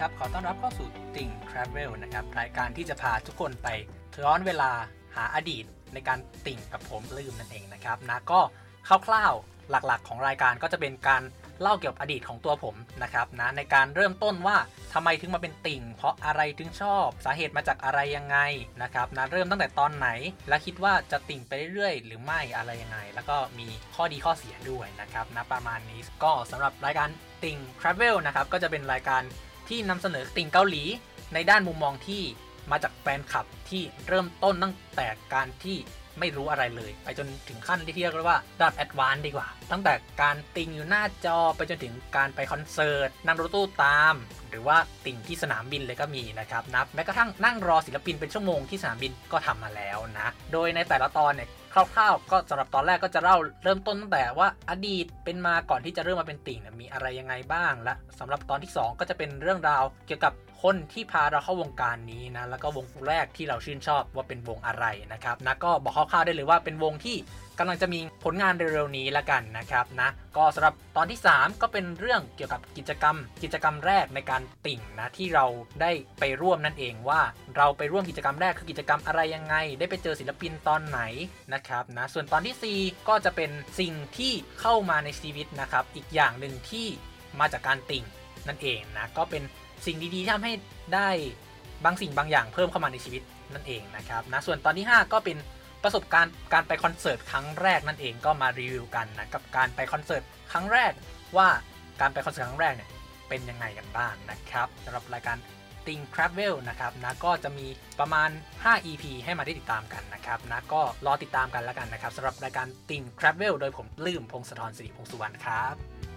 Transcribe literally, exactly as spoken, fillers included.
ครับขอต้อนรับเข้าสู่ติ่ง Travel นะครับรายการที่จะพาทุกคนไปย้อนเวลาหาอดีตในการติ่งกับผมลืมนั่นเองนะครับนะก็คร่าวๆหลักๆของรายการก็จะเป็นการเล่าเกี่ยวกับอดีตของตัวผมนะครับนะในการเริ่มต้นว่าทำไมถึงมาเป็นติ่งเพราะอะไรถึงชอบสาเหตุมาจากอะไรยังไงนะครับนะเริ่มตั้งแต่ตอนไหนและคิดว่าจะติ่งไปเรื่อยๆหรือไม่อะไรยังไงแล้วก็มีข้อดีข้อเสียด้วยนะครับนะประมาณนี้ก็สำหรับรายการติ่ง Travel นะครับก็จะเป็นรายการที่นำเสนอติ่งเกาหลีในด้านมุมมองที่มาจากแฟนคลับที่เริ่มต้นตั้งแต่การที่ไม่รู้อะไรเลยไปจนถึงขั้นที่เรียกว่าระดับแอดวานซ์ดีกว่าตั้งแต่การติ่งอยู่หน้าจอไปจนถึงการไปคอนเสิร์ตนั่งรถตู้ตามหรือว่าติ่งที่สนามบินเลยก็มีนะครับนับแม้กระทั่งนั่งรอศิลปินเป็นชั่วโมงที่สนามบินก็ทำมาแล้วนะโดยในแต่ละตอนเนี่ยคร่าวๆก็สำหรับตอนแรกก็จะเล่าเริ่มต้นตั้งแต่ว่าอดีตเป็นมาก่อนที่จะเริ่มมาเป็นติ่งเนี่ยมีอะไรยังไงบ้างและสำหรับตอนที่สองก็จะเป็นเรื่องราวเกี่ยวกับคนที่พาเราเข้าวงการนี้นะแล้วก็วงแรกที่เราชื่นชอบว่าเป็นวงอะไรนะครับนะก็บอกคร่าวๆได้เลยว่าเป็นวงที่กำลังจะมีผลงานเร็วๆนี้ละกันนะครับนะก็สำหรับตอนที่สามก็เป็นเรื่องเกี่ยวกับกิจกรรมกิจกรรมแรกในการติ่งนะที่เราได้ไปร่วมนั่นเองว่าเราไปร่วมกิจกรรมแรกคือกิจกรรมอะไรยังไงได้ไปเจอศิลปินตอนไหนนะครับนะส่วนตอนที่สี่ก็จะเป็นสิ่งที่เข้ามาในชีวิตนะครับอีกอย่างหนึ่งที่มาจากการติ่งนั่นเองนะก็เป็นสิ่งดีๆที่ทำให้ได้บางสิ่งบางอย่างเพิ่มเข้ามาในชีวิตนั่นเองนะครับนะส่วนตอนที่ห้าก็เป็นประสบการณ์การไปคอนเสิร์ตครั้งแรกนั่นเองก็มารีวิวกันนะกับการไปคอนเสิร์ตครั้งแรกว่าการไปคอนเสิร์ตครั้งแรกเนี่ยเป็นยังไงกันบ้างนะครับสำหรับรายการติ่ง Travel นะครับนะก็จะมีประมาณห้า อี พี ให้มาได้ติดตามกันนะครับนะก็รอติดตามกันแล้วกันนะครับสำหรับรายการติ่ง Travel โดยผมลืมพงศธร ศิริพงษ์สุวรรณครับ